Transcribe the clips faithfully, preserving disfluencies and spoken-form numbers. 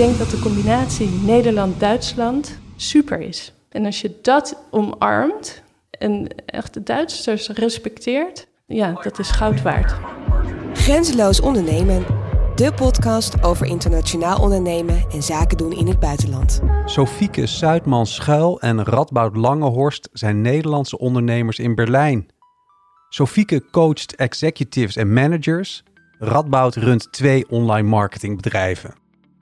denk dat de combinatie Nederland-Duitsland super is. En als je dat omarmt en echt de Duitsers respecteert, ja, dat is goud waard. Grenzeloos ondernemen. De podcast over internationaal ondernemen en zaken doen in het buitenland. Sofieke Suitman-Schuil en Radboud Langehorst zijn Nederlandse ondernemers in Berlijn. Sofieke coacht executives en managers. Radboud runt twee online marketingbedrijven.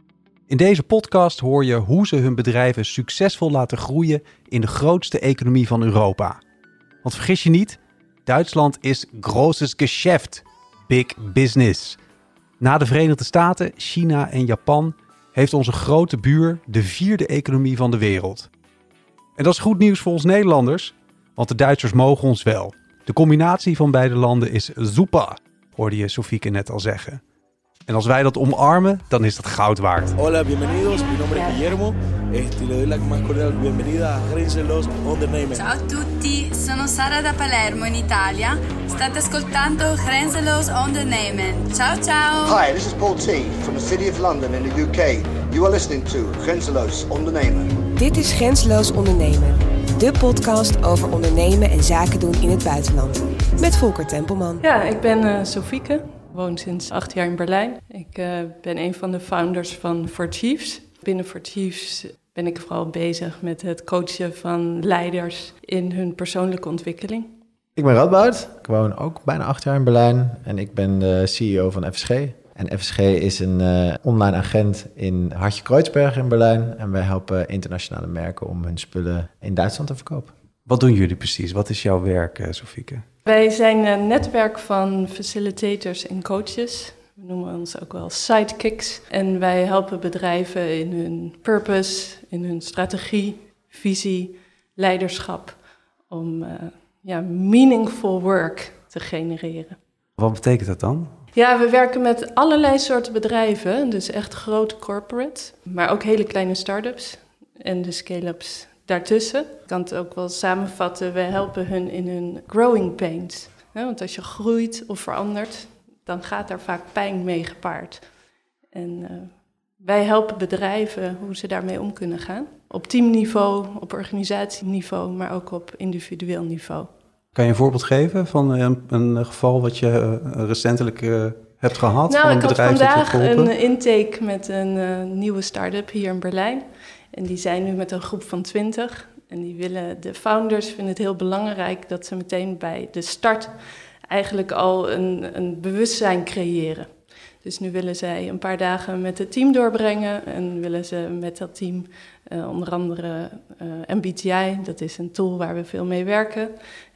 In deze podcast hoor je hoe ze hun bedrijven succesvol laten groeien in de grootste economie van Europa. Want vergis je niet, Duitsland is großes Geschäft, big business. Na de Verenigde Staten, China en Japan heeft onze grote buur de vierde economie van de wereld. En dat is goed nieuws voor ons Nederlanders, want de Duitsers mogen ons wel. De combinatie van beide landen is super, hoorde je Sofieke net al zeggen. En als wij dat omarmen, dan is dat goud waard. Hola, bienvenidos. Mi nombre es Guillermo. Este, le doy la más cordial bienvenida a Grenzeloos Ondernemen. Ciao a tutti, sono Sara da Palermo in Italia. State ascoltando Grenzeloos Ondernemen. Ciao ciao. Hi, this is Paul T. from the City of London in the U K. You are listening to Grenzeloos Ondernemen. Dit is Grenzeloos Ondernemen. De podcast over ondernemen en zaken doen in het buitenland. Met Volker Tempelman. Ja, ik ben uh, Sofieke. Ik woon sinds acht jaar in Berlijn. Ik uh, ben een van de founders van four Chiefs. Binnen four Chiefs ben ik vooral bezig met het coachen van leiders in hun persoonlijke ontwikkeling. Ik ben Radboud. Ik woon ook bijna acht jaar in Berlijn. En ik ben de C E O van F S G. En F S G is een uh, online agent in Hartje Kreuzberg in Berlijn. En wij helpen internationale merken om hun spullen in Duitsland te verkopen. Wat doen jullie precies? Wat is jouw werk, uh, Sofieke? Wij zijn een netwerk van facilitators en coaches. We noemen ons ook wel sidekicks. En wij helpen bedrijven in hun purpose, in hun strategie, visie, leiderschap, om uh, ja, meaningful work te genereren. Wat betekent dat dan? Ja, we werken met allerlei soorten bedrijven. Dus echt grote corporates, maar ook hele kleine start-ups en de scale-ups daartussen. Ik kan het ook wel samenvatten, we helpen hun in hun growing pains. Ja, want als je groeit of verandert, dan gaat daar vaak pijn mee gepaard. En uh, wij helpen bedrijven hoe ze daarmee om kunnen gaan. Op teamniveau, op organisatieniveau, maar ook op individueel niveau. Kan je een voorbeeld geven van een, een geval wat je uh, recentelijk uh, hebt gehad? Nou, van een ik had bedrijf vandaag dat je hebt een intake met een uh, nieuwe start-up hier in Berlijn. En die zijn nu met een groep van twintig. En die willen, de founders vinden het heel belangrijk dat ze meteen bij de start eigenlijk al een, een bewustzijn creëren. Dus nu willen zij een paar dagen met het team doorbrengen en willen ze met dat team uh, onder andere uh, M B T I, dat is een tool waar we veel mee werken,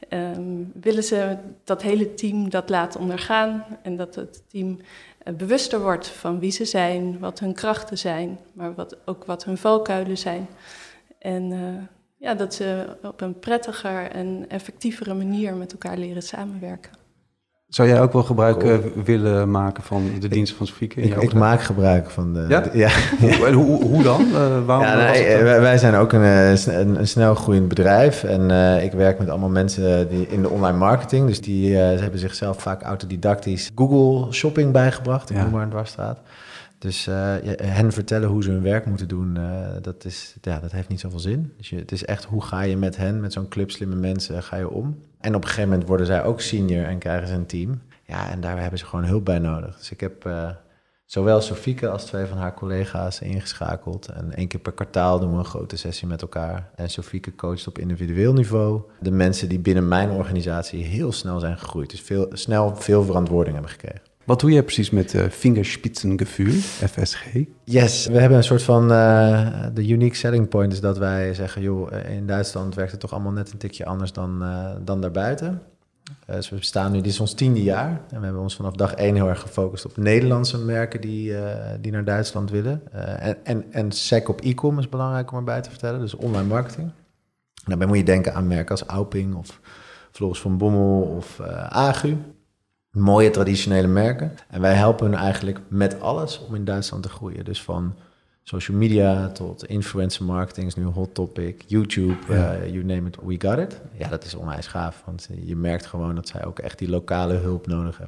um, willen ze dat hele team dat laten ondergaan en dat het team uh, bewuster wordt van wie ze zijn, wat hun krachten zijn, maar wat, ook wat hun valkuilen zijn. En uh, ja, dat ze op een prettiger en effectievere manier met elkaar leren samenwerken. Zou jij ook wel gebruik cool. uh, willen maken van de diensten van Sofieke? Ik, ik maak gebruik van de... Ja? De, ja. Hoe, hoe, hoe dan? Uh, waarom ja, nee, wij, wij zijn ook een, een, een snel groeiend bedrijf. En uh, ik werk met allemaal mensen die in de online marketing. Dus die uh, ze hebben zichzelf vaak autodidactisch Google Shopping bijgebracht. Ik ja. noem maar een dwarsstraat. Dus uh, hen vertellen hoe ze hun werk moeten doen, uh, dat, is, ja, dat heeft niet zoveel zin. Dus je, het is echt hoe ga je met hen, met zo'n club slimme mensen, ga je om. En op een gegeven moment worden zij ook senior en krijgen ze een team. Ja, en daar hebben ze gewoon hulp bij nodig. Dus ik heb uh, zowel Sofieke als twee van haar collega's ingeschakeld. En één keer per kwartaal doen we een grote sessie met elkaar. En Sofieke coacht op individueel niveau de mensen die binnen mijn organisatie heel snel zijn gegroeid. Dus veel, snel veel verantwoording hebben gekregen. Wat doe je precies met uh, Fingerspitzengefühl, F S G? Yes, we hebben een soort van, uh, de unique selling point is dat wij zeggen, joh, in Duitsland werkt het toch allemaal net een tikje anders dan, uh, dan daarbuiten. Uh, dus we bestaan nu, dit is ons tiende jaar en we hebben ons vanaf dag één heel erg gefocust op Nederlandse merken die, uh, die naar Duitsland willen. Uh, en, en, en sec op e-com is belangrijk om erbij te vertellen, dus online marketing. En daarbij moet je denken aan merken als Auping of Floris van Bommel of uh, Agu. Mooie traditionele merken. En wij helpen hun eigenlijk met alles om in Duitsland te groeien. Dus van social media tot influencer marketing is nu een hot topic. YouTube, ja. uh, you name it, we got it. Ja, dat is onwijs gaaf. Want je merkt gewoon dat zij ook echt die lokale hulp nodig hebben.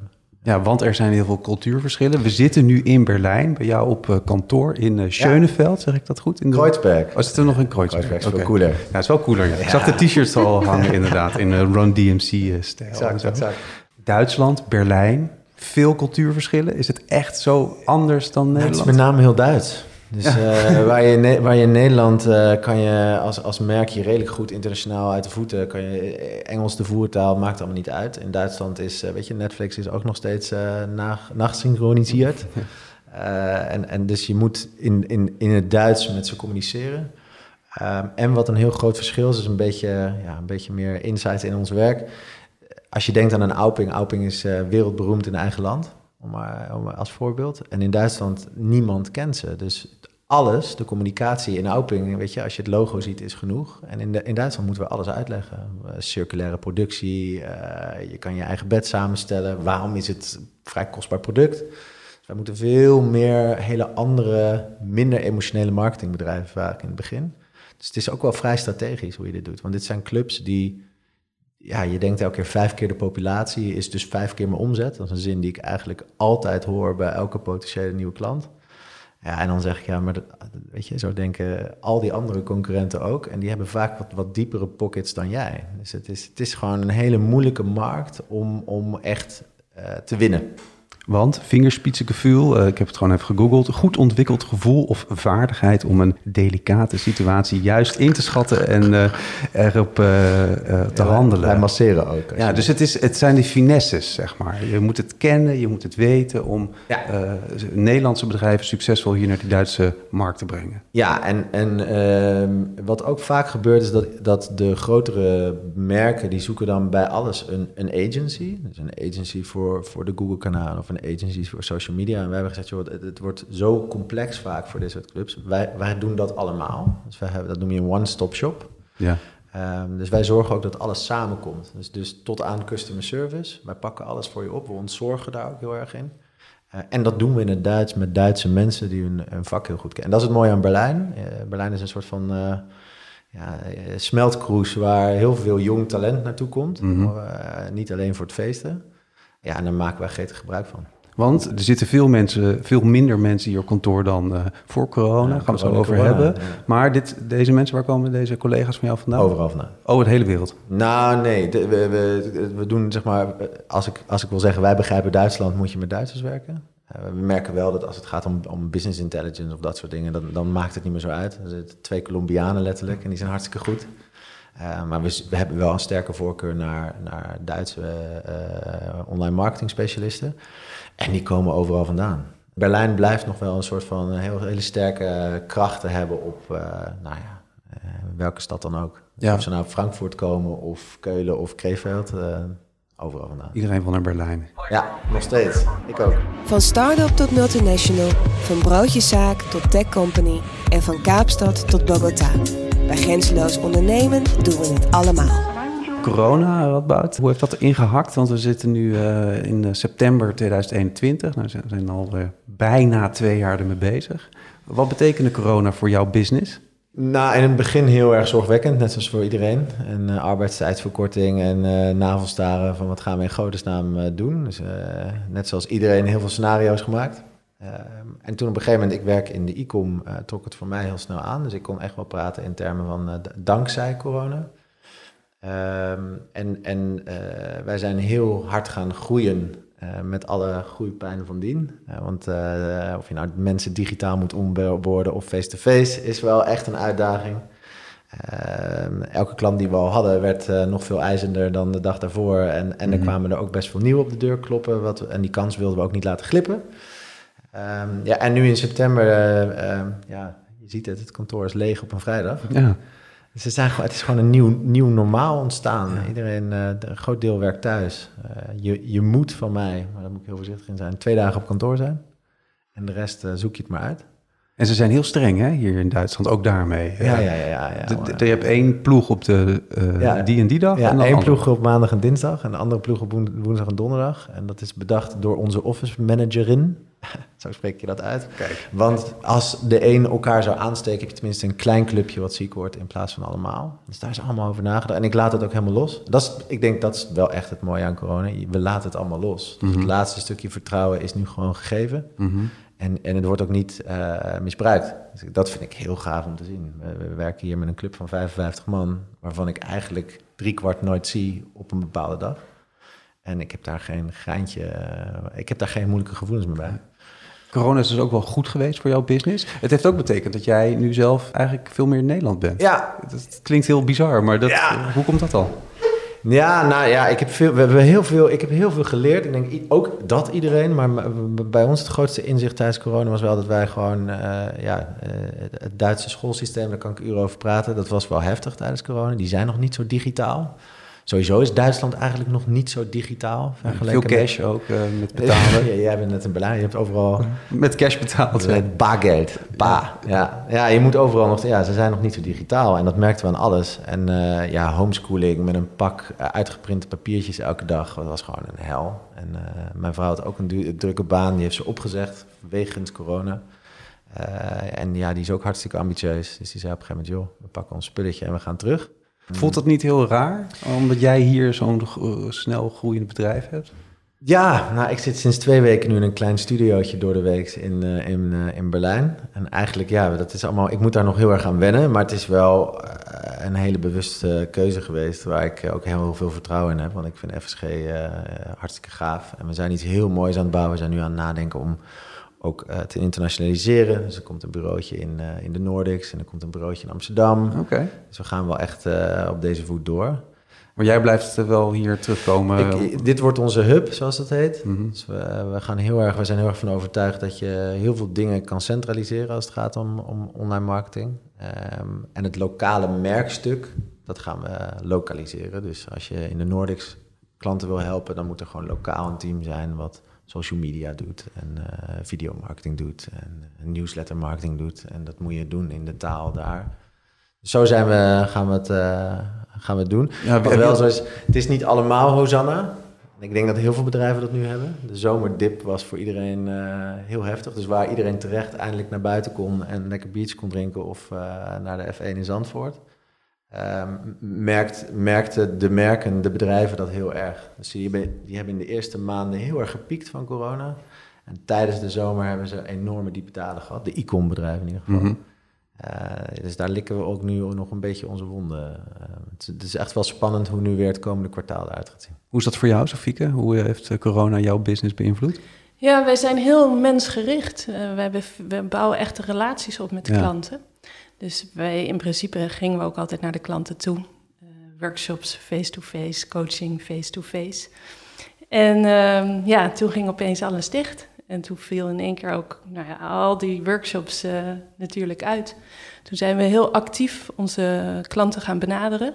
Ja, want er zijn heel veel cultuurverschillen. We zitten nu in Berlijn, bij jou op uh, kantoor in uh, Schönefeld, zeg ik dat goed? In de... Kreuzberg. Oh, zit er nog in Kreuzberg? Kreuzberg is veel okay. cooler. Ja, het is wel cooler. Ja. Ja. Ik zag de t-shirts al hangen inderdaad, in uh, Run D M C-stijl. Exact, exact. Duitsland, Berlijn, veel cultuurverschillen. Is het echt zo anders dan Nederland? Het is met name heel Duits. Dus uh, waar, je ne- waar je in Nederland uh, kan je als, als merk je redelijk goed internationaal uit de voeten. Kan je Engels de voertaal, maakt allemaal niet uit. In Duitsland is, uh, weet je, Netflix is ook nog steeds uh, na- nachtsynchroniseerd. Uh, en, en dus je moet in, in, in het Duits met ze communiceren. Um, en wat een heel groot verschil is, is een beetje, ja, een beetje meer insight in ons werk. Als je denkt aan een Auping, Auping is uh, wereldberoemd in eigen land. Om maar, om maar als voorbeeld. En in Duitsland, niemand kent ze. Dus alles, de communicatie in Auping, weet je, als je het logo ziet, is genoeg. En in, de, in Duitsland moeten we alles uitleggen. Uh, circulaire productie, uh, je kan je eigen bed samenstellen. Waarom is het een vrij kostbaar product? Dus wij moeten veel meer hele andere, minder emotionele marketingbedrijven vaak in het begin. Dus het is ook wel vrij strategisch hoe je dit doet. Want dit zijn clubs die... Ja, je denkt elke keer vijf keer de populatie is dus vijf keer mijn omzet. Dat is een zin die ik eigenlijk altijd hoor bij elke potentiële nieuwe klant. Ja, en dan zeg ik, ja, maar dat, weet je, zo denken al die andere concurrenten ook. En die hebben vaak wat, wat diepere pockets dan jij. Dus het is, het is gewoon een hele moeilijke markt om, om echt uh, te winnen. Want vingerspitsengevoel, uh, ik heb het gewoon even gegoogeld, goed ontwikkeld gevoel of vaardigheid om een delicate situatie juist in te schatten en uh, erop uh, uh, te ja, handelen. Wij masseren ook. Ja, dus het, is, het zijn die finesses, zeg maar. Je moet het kennen, je moet het weten om ja. uh, Nederlandse bedrijven succesvol hier naar die Duitse markt te brengen. Ja, en, en uh, wat ook vaak gebeurt is dat, dat de grotere merken, die zoeken dan bij alles een, een agency. Dus een agency voor, voor de Google-kanaal of een agencies voor social media. En wij hebben gezegd, joh, het, het wordt zo complex vaak voor dit soort clubs. Wij, wij doen dat allemaal. Dus wij hebben, dat noem je een one-stop shop. Ja. Um, dus wij zorgen ook dat alles samenkomt. Dus, dus tot aan customer service. Wij pakken alles voor je op. We ontzorgen daar ook heel erg in. Uh, en dat doen we in het Duits met Duitse mensen die hun, hun vak heel goed kennen. En dat is het mooie aan Berlijn. Uh, Berlijn is een soort van uh, ja, smeltkroes waar heel veel jong talent naartoe komt. Mm-hmm. Uh, niet alleen voor het feesten. Ja, en daar maken wij gretig gebruik van. Want er zitten veel mensen, veel minder mensen hier op kantoor dan uh, voor corona. Ja, gaan we het zo over corona, hebben. Ja. Maar dit, deze mensen, waar komen deze collega's van jou vandaan? Overal vandaan. Oh, de hele wereld? Nou, nee. De, we, we, we doen, zeg maar, als ik, als ik wil zeggen, wij begrijpen Duitsland, moet je met Duitsers werken. Uh, we merken wel dat als het gaat om, om business intelligence of dat soort dingen, dan, dan maakt het niet meer zo uit. Er zitten twee Colombianen letterlijk en die zijn hartstikke goed. Uh, maar we, we hebben wel een sterke voorkeur naar, naar Duitse uh, online marketing specialisten. En die komen overal vandaan. Berlijn blijft nog wel een soort van heel, hele sterke krachten hebben op, uh, nou ja, uh, welke stad dan ook. Ja. Of ze nou op Frankfurt komen of Keulen of Krefeld, uh, overal vandaan. Iedereen van naar Berlijn. Ja, nog steeds. Ik ook. Van start-up tot multinational, van broodjeszaak tot tech company en van Kaapstad tot Bogota. Bij Grenzeloos Ondernemen doen we het allemaal. Corona, Radboud, hoe heeft dat ingehakt? Want we zitten nu uh, in september tweeduizend eenentwintig. Nou, we zijn al uh, bijna twee jaar ermee bezig. Wat betekende corona voor jouw business? Nou, in het begin heel erg zorgwekkend, net zoals voor iedereen. En uh, arbeidstijdsverkorting en uh, navelstaren van wat gaan we in godesnaam uh, doen. Dus uh, net zoals iedereen heel veel scenario's gemaakt. Uh, en toen op een gegeven moment, ik werk in de e-com, uh, trok het voor mij heel snel aan. Dus ik kon echt wel praten in termen van uh, d- dankzij corona. Um, en en uh, wij zijn heel hard gaan groeien uh, met alle groeipijnen van dien. Uh, want uh, of je nou mensen digitaal moet onboarden of face-to-face is wel echt een uitdaging. Uh, elke klant die we al hadden werd uh, nog veel eisender dan de dag daarvoor. En, en mm-hmm. er kwamen er ook best veel nieuw op de deur kloppen. Wat, en die kans wilden we ook niet laten glippen. Um, ja, en nu in september, uh, uh, ja, je ziet het, het kantoor is leeg op een vrijdag. Ja. Dus het, zijn, het is gewoon een nieuw, nieuw normaal ontstaan. Ja. Iedereen, uh, een groot deel werkt thuis. Uh, je, je moet van mij, maar daar moet ik heel voorzichtig in zijn, twee dagen op kantoor zijn. En de rest uh, zoek je het maar uit. En ze zijn heel streng, hè, hier in Duitsland, ook daarmee. Ja, ja, ja. ja, ja de, de, je hebt één ploeg op de uh, ja, die en die dag. Ja, en één ploeg op maandag en dinsdag en de andere ploeg op woensdag en donderdag. En dat is bedacht door onze office managerin. Zo spreek je dat uit. Kijk. Want als de een elkaar zou aansteken, heb je tenminste een klein clubje wat ziek wordt in plaats van allemaal. Dus daar is allemaal over nagedacht. En ik laat het ook helemaal los. Dat is, ik denk dat is wel echt het mooie aan corona. We laten het allemaal los. Dus Mm-hmm. het laatste stukje vertrouwen is nu gewoon gegeven. Mm-hmm. En, en het wordt ook niet uh, misbruikt. Dus dat vind ik heel gaaf om te zien. We, we werken hier met een club van vijfenvijftig man, waarvan ik eigenlijk driekwart nooit zie op een bepaalde dag. En ik heb daar geen geintje, uh, ik heb daar geen moeilijke gevoelens meer bij. Corona is dus ook wel goed geweest voor jouw business. Het heeft ook betekend dat jij nu zelf eigenlijk veel meer in Nederland bent. Ja. Dat klinkt heel bizar, maar dat, Ja. hoe komt dat dan? Ja, nou ja, ik heb, veel, we hebben heel veel, ik heb heel veel geleerd. Ik denk ook dat iedereen, maar bij ons het grootste inzicht tijdens corona was wel dat wij gewoon, uh, ja, uh, het Duitse schoolsysteem, daar kan ik uren over praten, dat was wel heftig tijdens corona. Die zijn nog niet zo digitaal. Sowieso is Duitsland eigenlijk nog niet zo digitaal. Veel cash met... ook uh, met betalen. Ja, jij bent net in Berlijn, je hebt overal... Met cash betaald. Met bargeld. Ba. Ja. Ja. ja, je moet overal nog... Ja, ze zijn nog niet zo digitaal en dat merkten we aan alles. En uh, ja, homeschooling met een pak uitgeprinte papiertjes elke dag, dat was gewoon een hel. En uh, mijn vrouw had ook een du- drukke baan, die heeft ze opgezegd wegens corona. Uh, en ja, die is ook hartstikke ambitieus. Dus die zei op een gegeven moment, joh, we pakken ons spulletje en we gaan terug. Voelt dat niet heel raar, omdat jij hier zo'n uh, snel groeiend bedrijf hebt? Ja, nou, ik zit sinds twee weken nu in een klein studiootje door de week in, uh, in, uh, in Berlijn. En eigenlijk, ja, dat is allemaal, ik moet daar nog heel erg aan wennen. Maar het is wel uh, een hele bewuste keuze geweest, waar ik uh, ook heel veel vertrouwen in heb. Want ik vind F S G uh, hartstikke gaaf. En we zijn iets heel moois aan het bouwen. We zijn nu aan het nadenken om ook uh, te internationaliseren. Dus er komt een bureautje in, uh, in de Nordics en er komt een bureautje in Amsterdam. Oké. Okay. Dus we gaan wel echt uh, op deze voet door. Maar jij blijft wel hier terugkomen? Ik, dit wordt onze hub, zoals dat heet. Mm-hmm. Dus we, we, gaan heel erg, we zijn heel erg van overtuigd dat je heel veel dingen kan centraliseren als het gaat om, om online marketing. Um, en het lokale merkstuk, dat gaan we lokaliseren. Dus als je in de Nordics klanten wil helpen, dan moet er gewoon lokaal een team zijn wat social media doet en uh, videomarketing doet en newsletter marketing doet. En dat moet je doen in de taal daar. Dus zo zijn we, gaan we het... Uh, gaan we het doen. Ja, maar wel zo is, het is niet allemaal Hosanna. Ik denk dat heel veel bedrijven dat nu hebben. De zomerdip was voor iedereen uh, heel heftig. Dus waar iedereen terecht eindelijk naar buiten kon en lekker biertje kon drinken of uh, naar de F één in Zandvoort. Um, merkt, merkten de merken, de bedrijven dat heel erg. Dus die, die hebben in de eerste maanden heel erg gepiekt van corona. En tijdens de zomer hebben ze enorme diepe dalen gehad. De e-com bedrijven in ieder geval. Mm-hmm. Uh, dus daar likken we ook nu nog een beetje onze wonden. Uh, het, het is echt wel spannend hoe nu weer het komende kwartaal eruit gaat zien. Hoe is dat voor jou, Sofieke? Hoe heeft corona jouw business beïnvloed? Ja, wij zijn heel mensgericht. Uh, we, hebben, we bouwen echt relaties op met de ja. klanten. Dus wij in principe gingen we ook altijd naar de klanten toe. Uh, workshops face-to-face, coaching face-to-face. En uh, ja, toen ging opeens alles dicht. En toen viel in één keer ook nou ja, al die workshops uh, natuurlijk uit. Toen zijn we heel actief onze klanten gaan benaderen.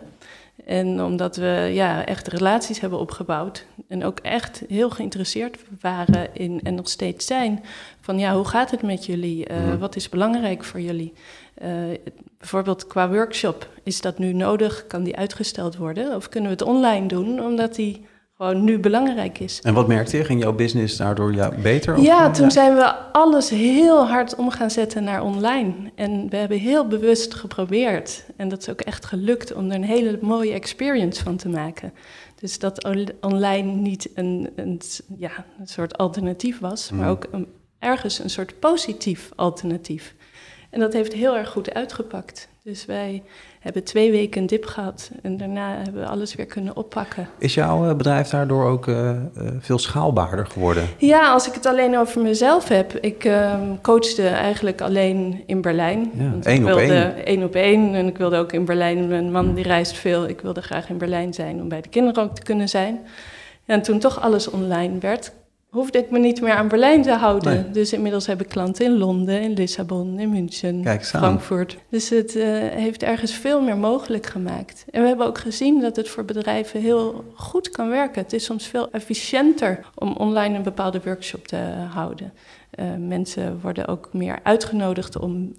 En omdat we ja, echt relaties hebben opgebouwd en ook echt heel geïnteresseerd waren in en nog steeds zijn van ja, hoe gaat het met jullie? Uh, mm. Wat is belangrijk voor jullie? Uh, bijvoorbeeld qua workshop, is dat nu nodig? Kan die uitgesteld worden? Of kunnen we het online doen, omdat die gewoon nu belangrijk is. En wat merkte je? Ging jouw business daardoor ja, beter? Of ja, toen ja? zijn we alles heel hard om gaan zetten naar online. En we hebben heel bewust geprobeerd. En dat is ook echt gelukt om er een hele mooie experience van te maken. Dus dat online niet een, een, ja, een soort alternatief was, mm. maar ook een, ergens een soort positief alternatief. En dat heeft heel erg goed uitgepakt. Dus wij hebben twee weken een dip gehad en daarna hebben we alles weer kunnen oppakken. Is jouw bedrijf daardoor ook uh, uh, veel schaalbaarder geworden? Ja, als ik het alleen over mezelf heb. Ik uh, coachte eigenlijk alleen in Berlijn. Ja, één op één. één op één. En ik wilde ook in Berlijn, mijn man die reist veel. Ik wilde graag in Berlijn zijn om bij de kinderen ook te kunnen zijn. En toen toch alles online werd, hoefde ik me niet meer aan Berlijn te houden. Nee. Dus inmiddels heb ik klanten in Londen, in Lissabon, in München, Frankfurt. Dus het uh, heeft ergens veel meer mogelijk gemaakt. En we hebben ook gezien dat het voor bedrijven heel goed kan werken. Het is soms veel efficiënter om online een bepaalde workshop te houden. Uh, mensen worden ook meer uitgenodigd om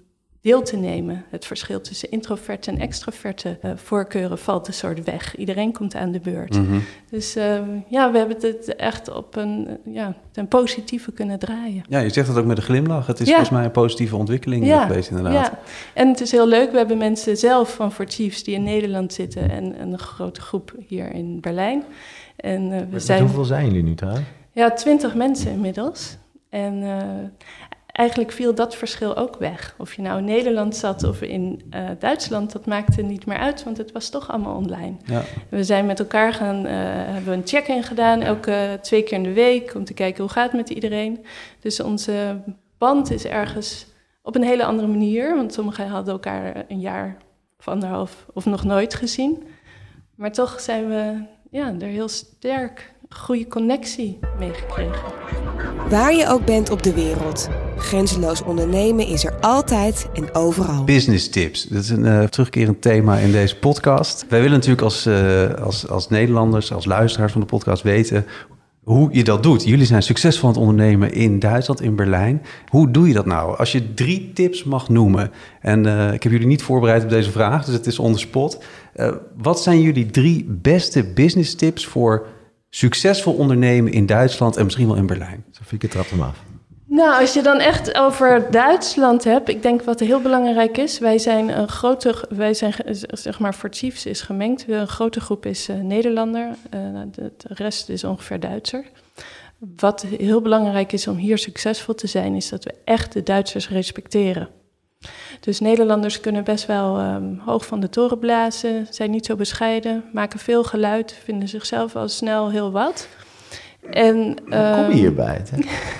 deel te nemen. Het verschil tussen introverte en extroverte uh, voorkeuren valt een soort weg. Iedereen komt aan de beurt. Mm-hmm. Dus uh, ja, we hebben het echt op een, ja, ten positieve kunnen draaien. Ja, je zegt dat ook met een glimlach. Het is ja. volgens mij een positieve ontwikkeling ja. geweest inderdaad. Ja, en het is heel leuk. We hebben mensen zelf van For Chiefs die in Nederland zitten en een grote groep hier in Berlijn. En, uh, we Met zijn, hoeveel zijn jullie nu trouwens? Ja, twintig mensen inmiddels. En uh, eigenlijk viel dat verschil ook weg. Of je nou in Nederland zat of in uh, Duitsland, dat maakte niet meer uit, want het was toch allemaal online. Ja. We zijn met elkaar gaan, uh, hebben we een check-in gedaan, elke uh, twee keer in de week, om te kijken hoe gaat het met iedereen. Dus onze band is ergens op een hele andere manier, want sommigen hadden elkaar een jaar of anderhalf of nog nooit gezien. Maar toch zijn we ja, er heel sterk een goede connectie mee gekregen. Waar je ook bent op de wereld, grenzeloos ondernemen is er altijd en overal. Business tips, dat is een uh, terugkerend thema in deze podcast. Wij willen natuurlijk als, uh, als, als Nederlanders, als luisteraars van de podcast weten hoe je dat doet. Jullie zijn succesvol aan het ondernemen in Duitsland, in Berlijn. Hoe doe je dat nou? Als je drie tips mag noemen, en uh, ik heb jullie niet voorbereid op deze vraag, dus het is on the spot. Uh, wat zijn jullie drie beste business tips voor succesvol ondernemen in Duitsland en misschien wel in Berlijn? Sofieke, trap hem af. Nou, als je dan echt over Duitsland hebt, ik denk wat heel belangrijk is, wij zijn een grote, wij zijn zeg maar For Chiefs is gemengd, een grote groep is uh, Nederlander, uh, de, de rest is ongeveer Duitser. Wat heel belangrijk is om hier succesvol te zijn, is dat we echt de Duitsers respecteren. Dus Nederlanders kunnen best wel um, hoog van de toren blazen, zijn niet zo bescheiden, maken veel geluid, vinden zichzelf al snel heel wat. En, um, Kom je hierbij? Hè?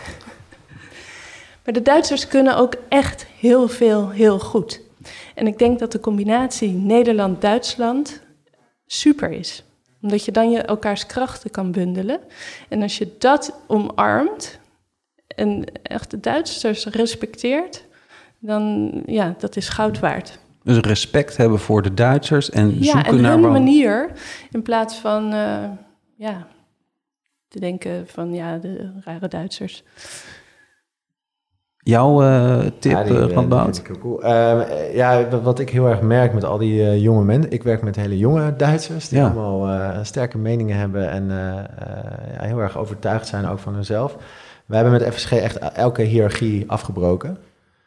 Maar de Duitsers kunnen ook echt heel veel, heel goed. En ik denk dat de combinatie Nederland-Duitsland super is. Omdat je dan je elkaars krachten kan bundelen. En als je dat omarmt en echt de Duitsers respecteert, dan ja, dat is goud waard. Dus respect hebben voor de Duitsers en ja, zoeken en naar... hun waar... manier, in plaats van uh, ja, te denken van ja, de rare Duitsers. Jouw uh, tip, ja, uh, Radboud? Cool. Uh, ja, wat ik heel erg merk met al die uh, jonge mensen... Ik werk met hele jonge Duitsers die ja. allemaal uh, sterke meningen hebben en uh, uh, ja, heel erg overtuigd zijn ook van hunzelf. We hebben met F S G echt elke hiërarchie afgebroken.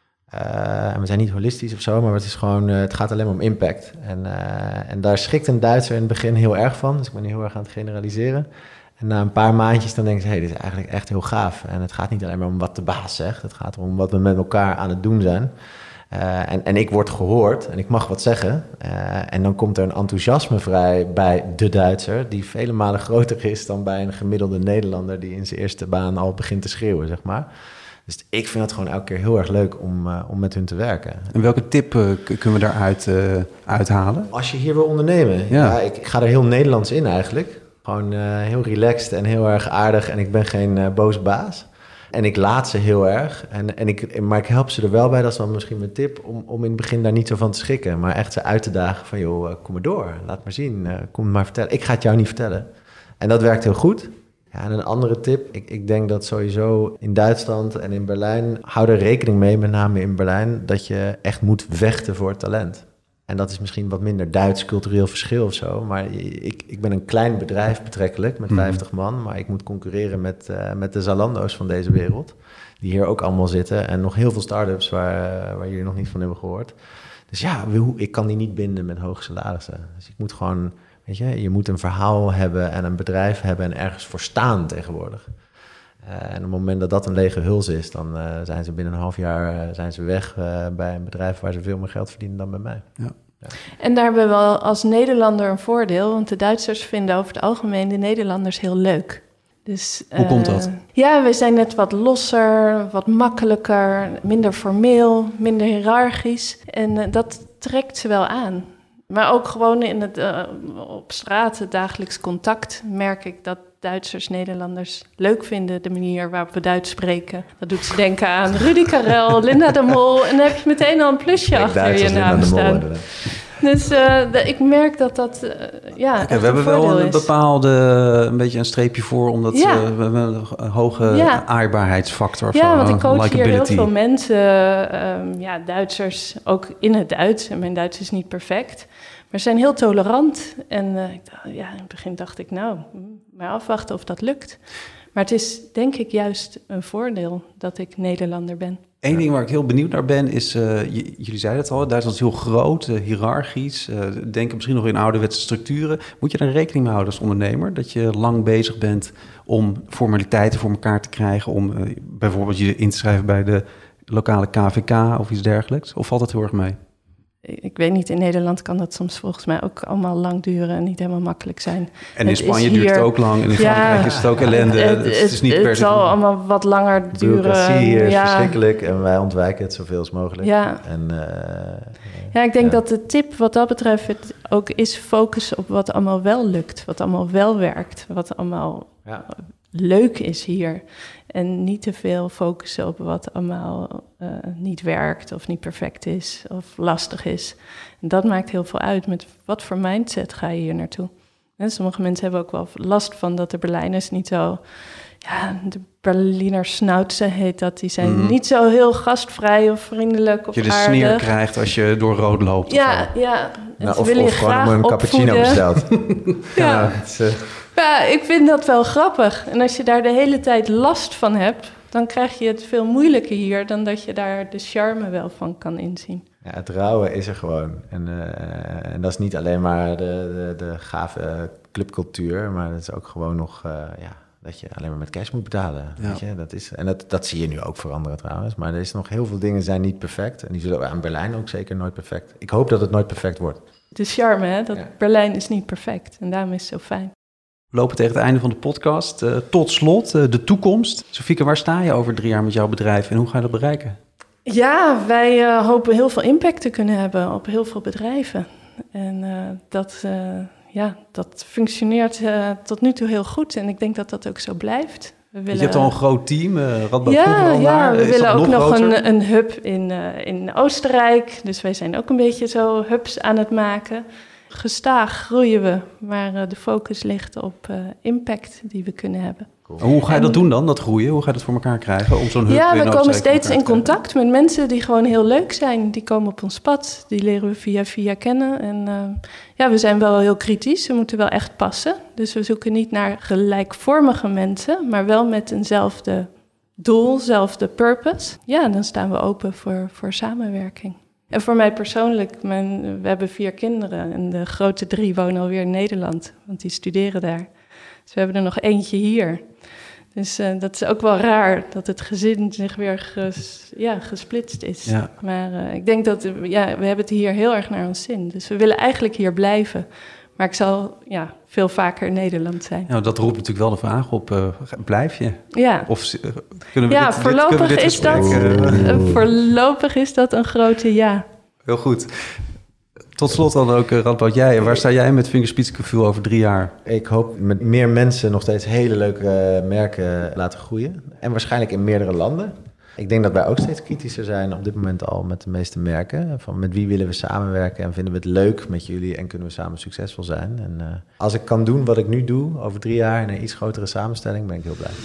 Uh, en we zijn niet holistisch of zo, maar het is gewoon, uh, het gaat alleen maar om impact. En, uh, en daar schrikt een Duitser in het begin heel erg van. Dus ik ben heel erg aan het generaliseren. En na een paar maandjes dan denken ze, hé, hey, dit is eigenlijk echt heel gaaf. En het gaat niet alleen maar om wat de baas zegt. Het gaat om wat we met elkaar aan het doen zijn. Uh, en, en ik word gehoord en ik mag wat zeggen. Uh, en dan komt er een enthousiasme vrij bij de Duitser, die vele malen groter is dan bij een gemiddelde Nederlander die in zijn eerste baan al begint te schreeuwen, zeg maar. Dus ik vind het gewoon elke keer heel erg leuk om, uh, om met hun te werken. En welke tip uh, kunnen we daaruit uh, uithalen? Als je hier wil ondernemen, ja. Ja, ik, ik ga er heel Nederlands in eigenlijk. Gewoon uh, heel relaxed en heel erg aardig en ik ben geen uh, boze baas. En ik laat ze heel erg, en, en ik, maar ik help ze er wel bij, dat is dan misschien mijn tip, om, om in het begin daar niet zo van te schrikken. Maar echt ze uit te dagen van, joh, uh, kom maar door, laat maar zien, uh, kom het maar vertellen. Ik ga het jou niet vertellen. En dat werkt heel goed. Ja, en een andere tip, ik, ik denk dat sowieso in Duitsland en in Berlijn, hou er rekening mee, met name in Berlijn, dat je echt moet vechten voor talent. En dat is misschien wat minder Duits cultureel verschil of zo. Maar ik, ik ben een klein bedrijf betrekkelijk met vijftig man. Maar ik moet concurreren met, uh, met de Zalando's van deze wereld. Die hier ook allemaal zitten. En nog heel veel start-ups waar, uh, waar jullie nog niet van hebben gehoord. Dus ja, ik kan die niet binden met hoge salarissen. Dus ik moet gewoon, weet je, je moet een verhaal hebben en een bedrijf hebben en ergens voor staan tegenwoordig. Uh, en op het moment dat dat een lege huls is, dan uh, zijn ze binnen een half jaar uh, zijn ze weg uh, bij een bedrijf waar ze veel meer geld verdienen dan bij mij. Ja. Ja. En daar hebben we wel als Nederlander een voordeel, want de Duitsers vinden over het algemeen de Nederlanders heel leuk. Dus, Hoe uh, komt dat? Ja, we zijn net wat losser, wat makkelijker, minder formeel, minder hiërarchisch. En uh, dat trekt ze wel aan. Maar ook gewoon in het, uh, op straat, het dagelijks contact, merk ik dat Duitsers, Nederlanders leuk vinden de manier waarop we Duits spreken. Dat doet ze denken aan Rudy Karel, Linda de Mol. En dan heb je meteen al een plusje Kijk, achter Duitsers, je naam staan. Dus uh, de, ik merk dat dat, uh, ja, okay, we hebben wel een is. bepaalde, een beetje een streepje voor, omdat ja. uh, we hebben een hoge ja. aardbaarheidsfactor. Ja, want ik coach hier heel veel mensen, um, ja, Duitsers, ook in het Duits. En mijn Duits is niet perfect, maar ze zijn heel tolerant. En uh, ik dacht, ja, in het begin dacht ik, nou, maar afwachten of dat lukt. Maar het is denk ik juist een voordeel dat ik Nederlander ben. Eén ding waar ik heel benieuwd naar ben is, uh, j- jullie zeiden het al, Duitsland is heel groot, uh, hiërarchisch, uh, denken misschien nog in ouderwetse structuren. Moet je daar rekening mee houden als ondernemer, dat je lang bezig bent om formaliteiten voor elkaar te krijgen, om uh, bijvoorbeeld je in te schrijven bij de lokale K V K of iets dergelijks? Of valt dat heel erg mee? Ik weet niet, in Nederland kan dat soms volgens mij ook allemaal lang duren en niet helemaal makkelijk zijn. En in het Spanje duurt hier, het ook lang en in ja, Frankrijk is het ook ellende. Het, het, het, is niet het per zal allemaal wat langer duren. Bureaucratie is ja. verschrikkelijk en wij ontwijken het zoveel als mogelijk. Ja, en, uh, ja ik denk ja. dat de tip wat dat betreft het ook is focussen op wat allemaal wel lukt. Wat allemaal wel werkt, wat allemaal ja. leuk is hier. En niet te veel focussen op wat allemaal uh, niet werkt of niet perfect is of lastig is. En dat maakt heel veel uit. Met wat voor mindset ga je hier naartoe? En sommige mensen hebben ook wel last van dat de Berlijners niet zo... Ja, de Berliner Schnauze heet dat. Die zijn mm. niet zo heel gastvrij of vriendelijk of aardig. Je de aardig. sneer krijgt als je door rood loopt. Ja, of ja. En nou, ze of, willen of je gewoon graag een cappuccino besteld. ja. ja het is, uh... ja, ik vind dat wel grappig. En als je daar de hele tijd last van hebt, dan krijg je het veel moeilijker hier dan dat je daar de charme wel van kan inzien. Ja, het rauwe is er gewoon. En, uh, en dat is niet alleen maar de, de, de gave uh, clubcultuur, maar het is ook gewoon nog... Uh, ja, dat je alleen maar met cash moet betalen. Ja. Weet je? Dat is, en dat, dat zie je nu ook veranderen trouwens. Maar er is nog heel veel dingen zijn niet perfect. En die zullen aan Berlijn ook zeker nooit perfect. Ik hoop dat het nooit perfect wordt. De charme, hè? Dat ja. Berlijn is niet perfect. En daarom is het zo fijn. We lopen tegen het einde van de podcast. Uh, tot slot, uh, de toekomst. Sofieke, waar sta je over drie jaar met jouw bedrijf en hoe ga je dat bereiken? Ja, wij uh, hopen heel veel impact te kunnen hebben op heel veel bedrijven. En uh, dat... Uh, Ja, dat functioneert uh, tot nu toe heel goed en ik denk dat dat ook zo blijft. We willen... Je hebt al een groot team, uh, Radboud ja, Voetbal. Ja, we is willen ook nog, nog een, een een hub in, uh, in Oostenrijk. Dus wij zijn ook een beetje zo hubs aan het maken. Gestaag groeien we, maar uh, de focus ligt op uh, impact die we kunnen hebben. Cool. Hoe ga je dat doen dan, dat groeien? Hoe ga je dat voor elkaar krijgen? Om zo'n hub ja, we komen steeds in krijgen? contact met mensen die gewoon heel leuk zijn. Die komen op ons pad, die leren we via via kennen. En uh, ja, we zijn wel heel kritisch, we moeten wel echt passen. Dus we zoeken niet naar gelijkvormige mensen, maar wel met eenzelfde doel, zelfde purpose. Ja, dan staan we open voor, voor samenwerking. En voor mij persoonlijk, mijn, we hebben vier kinderen en de grote drie wonen alweer in Nederland, want die studeren daar. Dus we hebben er nog eentje hier. Dus uh, dat is ook wel raar dat het gezin zich weer ges, ja, gesplitst is. Ja. Maar uh, ik denk dat, ja, we hebben het hier heel erg naar ons zin. Dus we willen eigenlijk hier blijven. Maar ik zal ja, veel vaker in Nederland zijn. Nou, dat roept natuurlijk wel de vraag op, uh, blijf je? Ja, of, uh, kunnen we ja dit, voorlopig, dit, kunnen we dit is dat, uh, voorlopig is dat een grote ja. Heel goed. Tot slot dan ook, uh, Radboud, jij. Waar sta jij met Fingerspitzengefühl over drie jaar? Ik hoop met meer mensen nog steeds hele leuke uh, merken laten groeien. En waarschijnlijk in meerdere landen. Ik denk dat wij ook steeds kritischer zijn op dit moment al met de meeste merken. Van met wie willen we samenwerken en vinden we het leuk met jullie en kunnen we samen succesvol zijn. En uh, als ik kan doen wat ik nu doe over drie jaar in een iets grotere samenstelling, ben ik heel blij.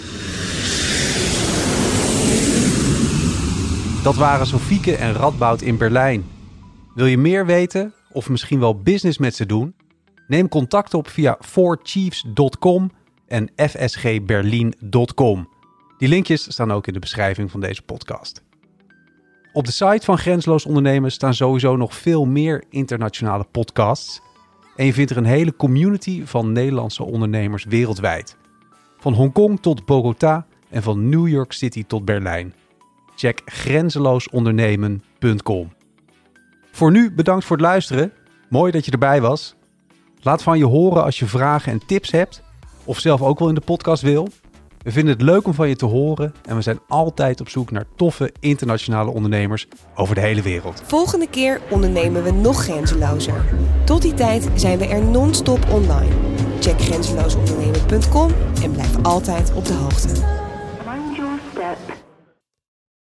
Dat waren Sofieke en Radboud in Berlijn. Wil je meer weten of misschien wel business met ze doen? Neem contact op via four chiefs dot com en f s g berlin dot com. Die linkjes staan ook in de beschrijving van deze podcast. Op de site van Grenzeloos Ondernemen staan sowieso nog veel meer internationale podcasts. En je vindt er een hele community van Nederlandse ondernemers wereldwijd. Van Hongkong tot Bogota en van New York City tot Berlijn. Check grenzeloos ondernemen punt com. Voor nu bedankt voor het luisteren. Mooi dat je erbij was. Laat van je horen als je vragen en tips hebt. Of zelf ook wel in de podcast wil. We vinden het leuk om van je te horen. En we zijn altijd op zoek naar toffe internationale ondernemers over de hele wereld. Volgende keer ondernemen we nog grenzelozer. Tot die tijd zijn we er non-stop online. Check grenzeloos ondernemen punt com en blijf altijd op de hoogte.